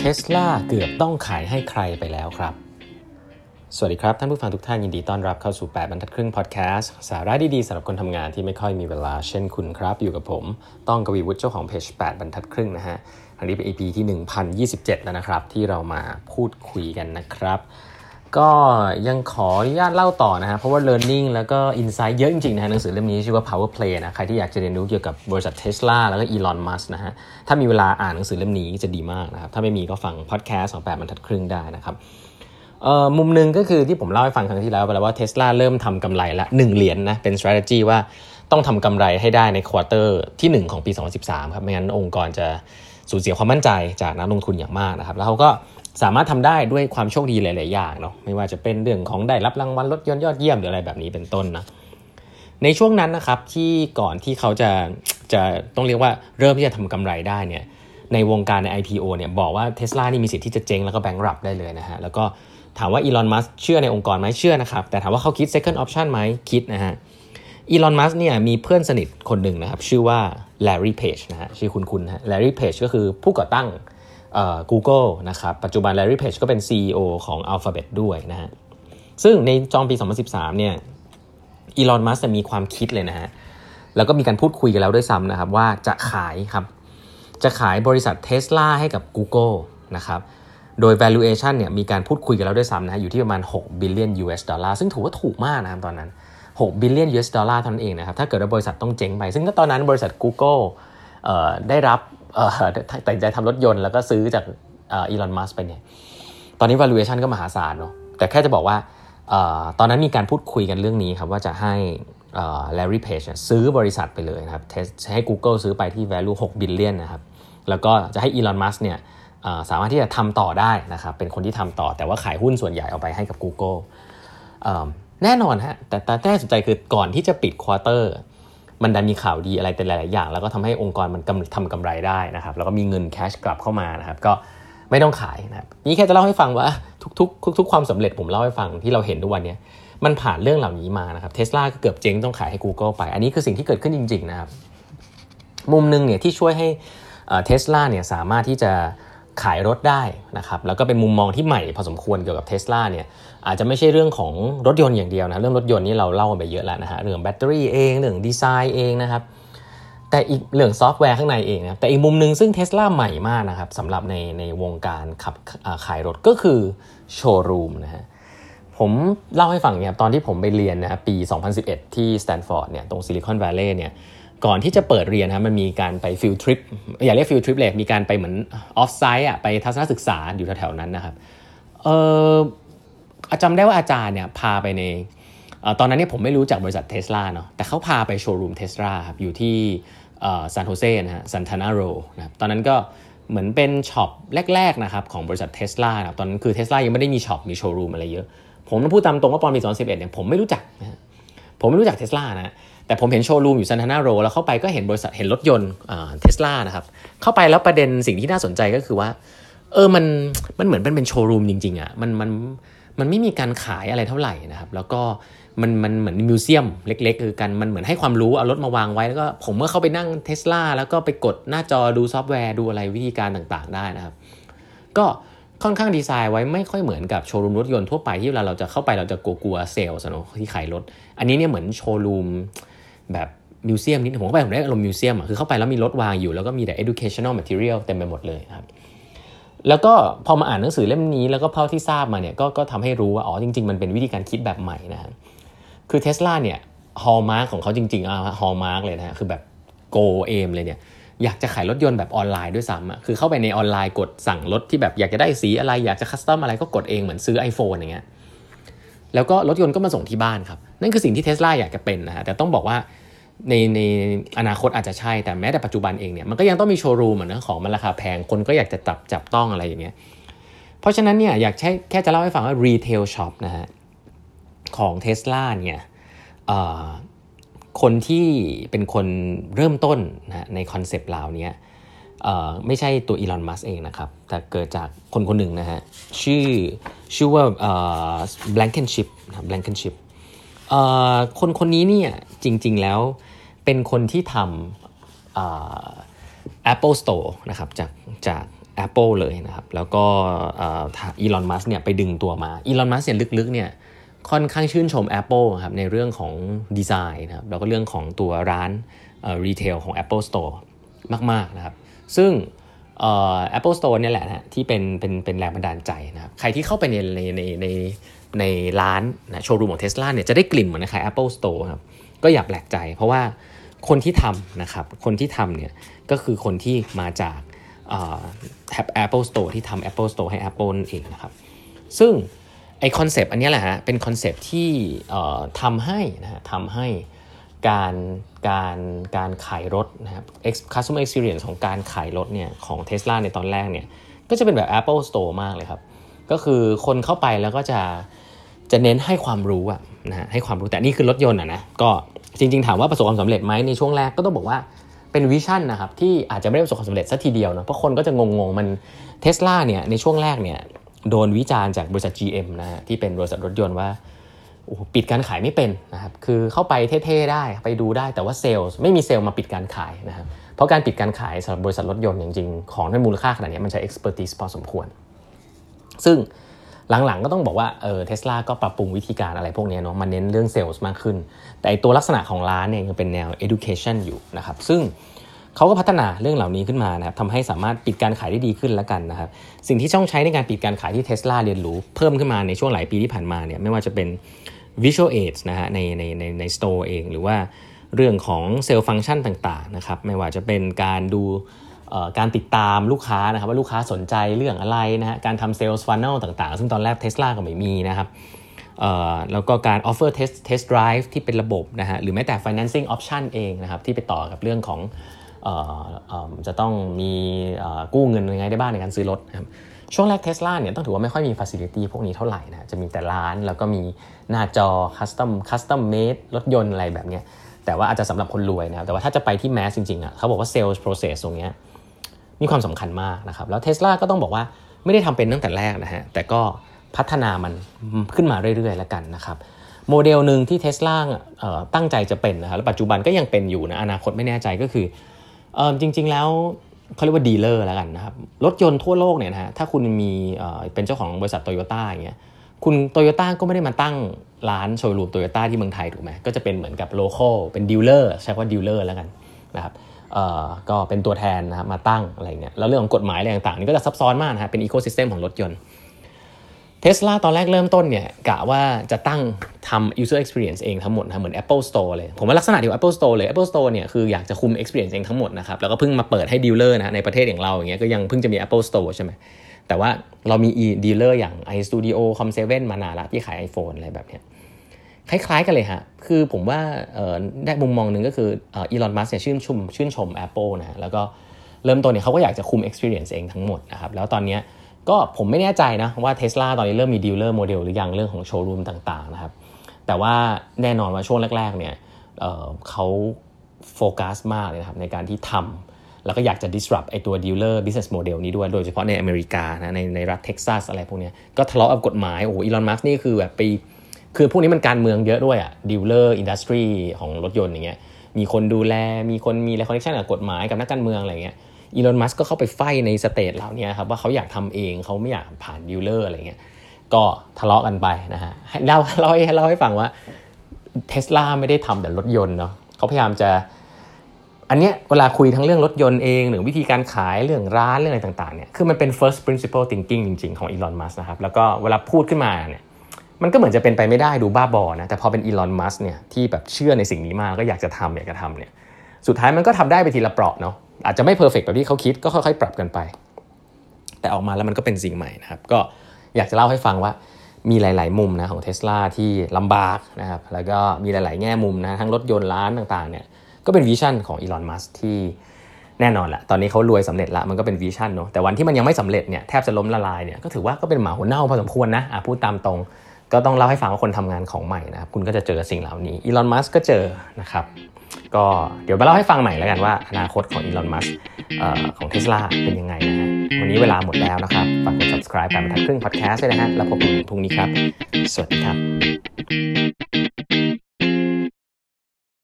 Tesla เกือบต้องขายให้ใครไปแล้วครับสวัสดีครับท่านผู้ฟังทุกท่านยินดีต้อนรับเข้าสู่8บรรทัดครึ่งพอดแคสต์สาระดีๆสำหรับคนทำงานที่ไม่ค่อยมีเวลาเช่นคุณครับอยู่กับผมต้องกวีวุฒิเจ้าของเพจ8บรรทัดครึ่งนะฮะอันนี้เป็น EP ที่1027แล้วนะครับที่เรามาพูดคุยกันนะครับก็ยังขออนุญาตเล่าต่อนะฮะเพราะว่า learning แล้วก็ insight เยอะจริงๆนะฮะหนังสือเล่มนี้ชื่อว่า Power Play นะใครที่อยากจะเรียนรู้เกี่ยวกับบริษัท Tesla แล้วก็ Elon Musk นะฮะถ้ามีเวลาอ่านหนังสือเล่มนี้จะดีมากนะครับถ้าไม่มีก็ฟังพอดแคสต์ของ8บรรทัดครึ่งได้นะครับมุมนึงก็คือที่ผมเล่าให้ฟังครั้งที่แล้วไปแล้วว่า Tesla เริ่มทำกำไรละ1เหรียญ นะเป็น strategy ว่าต้องทำกำไรให้ได้ในควอเตอร์ที่1ของปี2013ครับไม่งั้นองค์กรจะสูญเสียความมั่นใจจากนักลงทุนอย่างมากนะครับแล้วเขาก็สามารถทำได้ด้วยความโชคดีหลายๆอย่างเนาะไม่ว่าจะเป็นเรื่องของได้รับรางวัลรถยนต์ยอดเยี่ยมหรืออะไรแบบนี้เป็นต้นนะในช่วงนั้นนะครับที่ก่อนที่เขาจะต้องเรียกว่าเริ่มที่จะทำกำไรได้เนี่ยในวงการใน IPO เนี่ยบอกว่า Tesla นี่มีสิทธิ์ที่จะเจ๊งแล้วก็แบงก์รัปได้เลยนะฮะแล้วก็ถามว่า Elon Musk เชื่อในองค์กรไหมเชื่อนะครับแต่ถามว่าเขาคิด second option ไหมคิดนะฮะElon Musk เนี่ยมีเพื่อนสนิทคนหนึ่งนะครับชื่อว่า Larry Page นะฮะชื่อคุ้นๆนะฮะ Larry Page ก็คือผู้ก่อตั้งGoogle นะครับปัจจุบัน Larry Page ก็เป็น CEO ของ Alphabet ด้วยนะฮะซึ่งในปี2013เนี่ย Elon Musk มีความคิดเลยนะฮะแล้วก็มีการพูดคุยกันแล้วด้วยซ้ำนะครับว่าจะขายบริษัท Tesla ให้กับ Google นะครับโดย valuation เนี่ยมีการพูดคุยกันแล้วด้วยซ้ำนะฮะอยู่ที่ประมาณ$6 billionซึ่งถือว่าถูกมากนะครับตอนนั้น$6 billion เท่านั้นเองนะครับถ้าเกิดว่าบริษัทต้องเจ๊งไปซึ่งตอนนั้นบริษัท Google ได้รับตัดใจทำรถยนต์แล้วก็ซื้อจากElon Musk ไปเนี่ยตอนนี้ valuation ก็มหาศาลเนาะแต่แค่จะบอกว่าตอนนั้นมีการพูดคุยกันเรื่องนี้ครับว่าจะให้Larry Page ซื้อบริษัทไปเลยนะครับให้ Google ซื้อไปที่ value $6 billionนะครับแล้วก็จะให้ Elon Musk เนี่ยสามารถที่จะทำต่อได้นะครับเป็นคนที่ทำต่อแต่ว่าขายหุ้นส่วนใหญ่เอาไปให้กับ Google แน่นอนฮะแต่น่าสนใจคือก่อนที่จะปิดควอเตอร์มันดันมีข่าวดีอะไรเป็นหลายๆอย่างแล้วก็ทำให้องค์กรมันทำกำไรได้นะครับแล้วก็มีเงินแคชกลับเข้ามานะครับก็ไม่ต้องขายนะครับนี่แค่จะเล่าให้ฟังว่าทุกความสำเร็จผมเล่าให้ฟังที่เราเห็นทุกวันนี้มันผ่านเรื่องเหล่านี้มานะครับ Tesla ก็เกือบเจ๊งต้องขายให้ Google ไปอันนี้คือสิ่งที่เกิดขึ้นจริงๆนะครับมุมนึงเนี่ยที่ช่วยให้Tesla เนี่ยสามารถที่จะขายรถได้นะครับแล้วก็เป็นมุมมองที่ใหม่พอสมควรเกี่ยวกับ Tesla เนี่ยอาจจะไม่ใช่เรื่องของรถยนต์อย่างเดียวนะเรื่องรถยนต์นี่เราเล่ากันไปเยอะแล้วนะฮะเรื่องแบตเตอรี่เองเรื่องดีไซน์เองนะครับแต่อีกเรื่องซอฟต์แวร์ข้างในเองนะแต่อีกมุมนึงซึ่ง Tesla ใหม่มากนะครับสำหรับในวงการขายรถก็คือโชว์รูมนะฮะผมเล่าให้ฟังเนี่ยตอนที่ผมไปเรียนนะปี2011ที่สแตนฟอร์ดเนี่ยตรงซิลิคอนวัลเลย์เนี่ยก่อนที่จะเปิดเรียนนะมันมีการไปฟิลทริปอย่าเรียกฟิลทริปเลยมีการไปเหมือนออฟไซต์ไปทัศนศึกษาอยู่แถวๆนั้นนะครับจำได้ว่าอาจารย์เนี่ยพาไปในตอนนั้นเนี่ยผมไม่รู้จักบริษัท Tesla เนาะแต่เขาพาไปโชว์รูม Tesla ครับอยู่ที่ซานโฮเซนะฮะซันตานาโรนะครับตอนนั้นก็เหมือนเป็นช็อปแรกๆนะครับของบริษัท Tesla นะครับตอนนั้นคือ Tesla ยังไม่ได้มีช็อปมีโชว์รูมอะไรเยอะผมต้องพูดตามตรงว่าตอนปี2011เนี่ยผมไม่รู้จักนะฮะผมไม่รู้จัก Tesla นะแต่ผมเห็นโชว์รูมอยู่ซันตานาโรแล้วเข้าไปก็เห็นบริษัทเห็นรถยนต์Tesla นะครับเข้าไปแล้วประเด็นสิ่งที่น่าสนใจก็คือว่ามันเหมือนเป็นโชว์รูมจริงๆอ่ะมันไม่มีการขายอะไรเท่าไหร่นะครับแล้วก็มันเหมือนมิวเซียมเล็กๆคือกันมันเหมือนให้ความรู้เอารถมาวางไว้แล้วก็ผมเมื่อเข้าไปนั่ง Tesla แล้วก็ไปกดหน้าจอดูซอฟต์แวร์ดูอะไรวิธีการต่างๆได้นะครับก็ค่อนข้างดีไซน์ไว้ไม่ค่อยเหมือนกับโชว์รูมรถยนต์ทั่วไปที่เวลาเราจะเข้าไปเราจะกลัวเซลล์เนาะที่ขายรถอันนี้เนี่ยเหมือนโชว์รูมแบบมิวเซียมนิดผมได้อารมณ์มิวเซียมคือเข้าไปแล้วมีรถวางอยู่แล้วก็มีแต่ educational material เต็มไปหมดเลยครับแล้วก็พอมาอ่านหนังสือเล่มนี้แล้วก็เท่าที่ทราบมาเนี่ยก็ทำให้รู้ว่าจริงๆมันเป็นวิธีการคิดแบบใหม่นะคือ Tesla เนี่ยฮอลมาร์คของเขาจริงๆฮอลมาร์คเลยนะคือแบบ go aim เลยเนี่ยอยากจะขายรถยนต์แบบออนไลน์ด้วยซ้ำคือเข้าไปในออนไลน์กดสั่งรถที่แบบอยากจะได้สีอะไรอยากจะคัสตอมอะไรก็กดเองเหมือนซื้อ iPhone อย่างเงี้ยแล้วก็รถยนต์ก็มาส่งที่บ้านครับนั่นคือสิ่งที่ Tesla อยากจะเป็นนะฮะแต่ต้องบอกว่าในอนาคตอาจจะใช่แต่แม้แต่ปัจจุบันเองเนี่ยมันก็ยังต้องมีโชว์รูมนะของมันราคาแพงคนก็อยากจะจับต้องอะไรอย่างเงี้ยเพราะฉะนั้นเนี่ยอยากแค่จะเล่าให้ฟังว่า retail shop นะฮะของ Tesla เนี่ยคนที่เป็นคนเริ่มต้นนะในคอนเซปต์เหล่านี้ไม่ใช่ตัวอีลอนมัสก์เองนะครับแต่เกิดจากคนหนึ่งนะฮะชื่อว่าBlankenship นะ Blankenship คนนี้เนี่ยจริงๆแล้วเป็นคนที่ทำApple Store นะครับจาก Apple เลยนะครับแล้วก็อีลอน มัสก์เนี่ยไปดึงตัวมาอีลอน มัสก์เนี่ยลึกๆเนี่ยค่อนข้างชื่นชม Apple ครับในเรื่องของดีไซน์นะครับแล้วก็เรื่องของตัวร้านรีเทลของ Apple Store มากๆนะครับซึ่งApple Store เนี่ยแหละนะที่เป็นแรงบันดาลใจนะครับใครที่เข้าไปในร้านนะโชว์รูมของ Tesla เนี่ยจะได้กลิ่นเหมือนคล้าย Apple Store ครับก็อย่าแปลกใจเพราะว่าคนที่ทำนะครับคนที่ทำเนี่ยก็คือคนที่มาจากApple Store ที่ทำ Apple Store ให้ Apple นั่นเองนะครับซึ่งไอคอนเซปต์อันนี้แหละฮะเป็นคอนเซปต์ที่ทำให้การขายรถนะครับ customer experience ของการขายรถเนี่ยของ Tesla ในตอนแรกเนี่ยก็จะเป็นแบบ Apple Store มากเลยครับก็คือคนเข้าไปแล้วก็จะเน้นให้ความรู้นะฮะให้ความรู้แต่นี่คือรถยนต์นะก็จริงๆถามว่าประสบความสำเร็จไหมในช่วงแรกก็ต้องบอกว่าเป็นวิชั่นนะครับที่อาจจะไม่ได้ประสบความสำเร็จซะทีเดียวนะเพราะคนก็จะงงมัน Tesla เนี่ยในช่วงแรกเนี่ยโดนวิจารณ์จากบริษัท GM นะฮะที่เป็นบริษัทรถยนต์ว่าปิดการขายไม่เป็นนะครับคือเข้าไปเท่ๆได้ไปดูได้แต่ว่าเซลล์ไม่มีเซลล์มาปิดการขายนะครับเพราะการปิดการขายสำหรับบริษัทรถยนต์จริงๆของที่มูลค่าขนาดนี้มันใช้ expertise พอสมควรซึ่งหลังๆก็ต้องบอกว่าTesla ก็ปรับปรุงวิธีการอะไรพวกนี้เนาะมันเน้นเรื่องเซลล์มากขึ้นแต่ตัวลักษณะของร้านเนี่ยยังเป็นแนว education อยู่นะครับซึ่งเขาก็พัฒนาเรื่องเหล่านี้ขึ้นมานะครับทำให้สามารถปิดการขายได้ดีขึ้นแล้วกันนะครับสิ่งที่ต้องใช้ในการปิดการขายที่ Tesla เรียนรู้เพิ่มขึ้นมาในช่วงหลายปีที่ผ่านมาเนี่ยไม่ว่าจะเป็น visual aids นะฮะใน store เองหรือว่าเรื่องของเซลล์ฟังก์ชันต่างๆนะครับไม่ว่าจะเป็นการดูการติดตามลูกค้านะครับว่าลูกค้าสนใจเรื่องอะไรนะฮะการทำ sales funnel ต่างๆซึ่งตอนแรก Tesla ก็ไม่มีนะครับแล้วก็การ offer test drive ที่เป็นระบบนะฮะหรือแม้แต่ financing option เองนะครับที่ไปต่อกับเรื่องของจะต้องมีกู้เงินยังไงได้บ้างในการซื้อรถนะครับช่วงแรก Tesla เนี่ยต้องถือว่าไม่ค่อยมี facility พวกนี้เท่าไหร่นะจะมีแต่ร้านแล้วก็มีหน้าจอ custom made รถยนต์อะไรแบบนี้แต่ว่าอาจจะสำหรับคนรวยนะครับแต่ว่าถ้าจะไปที่ mass จริงๆเขาบอกว่า sales process ตรงนี้มีความสำคัญมากนะครับแล้ว Tesla ก็ต้องบอกว่าไม่ได้ทำเป็นตั้งแต่แรกนะฮะแต่ก็พัฒนามันขึ้นมาเรื่อยๆแล้วกันนะครับโมเดลหนึ่งที่ Tesla ตั้งใจจะเป็นนะครับและปัจจุบันก็ยังเป็นอยู่นะอนาคตไม่แน่ใจก็คือจริงๆแล้วเขาเรียกว่าดีลเลอร์แล้วกันนะครับรถยนต์ทั่วโลกเนี่ยนะฮะถ้าคุณมีเป็นเจ้าของบริษัท Toyota อย่างเงี้ยคุณ Toyota ก็ไม่ได้มาตั้งร้านโชว์รูม Toyota ที่เมืองไทยถูกไหมก็จะเป็นเหมือนกับโลคอลเป็นดีลเลอร์ใช้คำว่าดีลเลอร์แล้วกันนะครับก็เป็นตัวแทนนะครับมาตั้งอะไรเงี้ยแล้วเรื่องของกฎหมายอะไรต่างๆนี่ก็จะซับซ้อนมากนะฮะเป็นอีโคซิสเต็มของรถยนต์ Tesla ตอนแรกเริ่มต้นเนี่ยกะว่าจะตั้งทำ user experience เองทั้งหมดนะเหมือน Apple Store เลยผมว่าลักษณะเดียว Apple Store เลย Apple Store เนี่ยคืออยากจะคุม experience เองทั้งหมดนะครับแล้วก็เพิ่งมาเปิดให้ดีลเลอร์นะในประเทศอย่างเราอย่างเงี้ยก็ยังเพิ่งจะมี Apple Store ใช่ไหมแต่ว่าเรามีดีลเลอร์อย่าง iStudio Com7 มานานละที่ขาย iPhone อะไรแบบเนี้ยคล้ายๆกันเลยฮะคือผมว่าได้มุมมองหนึ่งก็คืออีลอน มัสก์เนี่ยชื่นชม Apple นะแล้วก็เริ่มต้นเนี่ยเขาก็อยากจะคุม experience เองทั้งหมดนะครับแล้วตอนนี้ก็ผมไม่แน่ใจนะว่า Tesla ตอนนี้เริ่มมีดีลเลอร์โมเดลหรือยังเรื่องของโชว์รูมต่างๆนะครับแต่ว่าแน่นอนว่าช่วงแรกๆเนี่ยเขาโฟกัสมากเลยนะครับในการที่ทำแล้วก็อยากจะ disrupt ไอตัว dealer business model นี้ด้วยโดยเฉพาะในอเมริกานะในรัฐเท็กซัสอะไรพวกนี้ก็ทะเลาะกับกฎหมายโอ้โหอีลอน มัสก์นี่คือแบบไปคือพวกนี้มันการเมืองเยอะด้วยdealer industry ของรถยนต์อย่างเงี้ยมีคนดูแลมีคนมีอะไร connection กับกฎหมายกับนักการเมืองอะไรเงี้ยอีลอน มัสก์ก็เข้าไปไฟในสเตทเหล่านี้ครับว่าเขาอยากทำเองเขาไม่อยากผ่านดีลเลอร์อะไรเงี้ยก็ทะเลาะกันไปนะฮะเล่าให้ฟังว่า Tesla ไม่ได้ทำแต่รถยนต์เนาะเขาพยายามจะอันเนี้ยเวลาคุยทั้งเรื่องรถยนต์เองหรือวิธีการขายเรื่องร้านเรื่องอะไรต่างๆเนี่ยคือมันเป็น first principle thinking จริงๆของอีลอน มัสก์นะครับแล้วก็เวลาพูดขึ้นมาเนี่ยมันก็เหมือนจะเป็นไปไม่ได้ดูบ้าบอนะแต่พอเป็นอีลอน มัสก์เนี่ยที่แบบเชื่อในสิ่งนี้มากก็อยากจะทำเนี่ยสุดท้ายมันก็ทำได้ไปทีละเปราะเนาะอาจจะไม่เพอร์เฟคต์แบบที่เขาคิดก็ค่อยๆปรับกันไปแต่ออกมาแล้วมันก็เป็นสิ่งใหม่นะครับก็อยากจะเล่าให้ฟังว่ามีหลายๆมุมนะของ Tesla ที่ลำบากนะครับแล้วก็มีหลายๆแง่มุมนะทั้งรถยนต์ร้านต่างๆเนี่ยก็เป็นวิชั่นของอีลอน มัสก์ที่แน่นอนแหละตอนนี้เขารวยสำเร็จละมันก็เป็นวิชั่นเนาะแต่วันที่มันยังไม่สำเร็จเนี่ยแทบจะล้มละลายเนี่ยก็ถือว่าก็เป็นหมาหัวเน่าพอสมควรนะพูดตามตรงก็ต้องเล่าให้ฟังว่าคนทำงานของใหม่นะครับคุณก็จะเจอสิ่งเหล่านี้อีลอน มัสก์ก็เจอนะครับก็เดี๋ยวมาเล่าให้ฟังใหม่แล้วกันว่าอนาคตของอีลอน มัสก์ของ Tesla เป็นยังไงนะฮะวันนี้เวลาหมดแล้วนะครับฝากกด subscribe 8 บรรทัดครึ่ง podcast ด้วยนะฮะแล้วพบกันพรุ่งนี้ครับสวัสดีครับ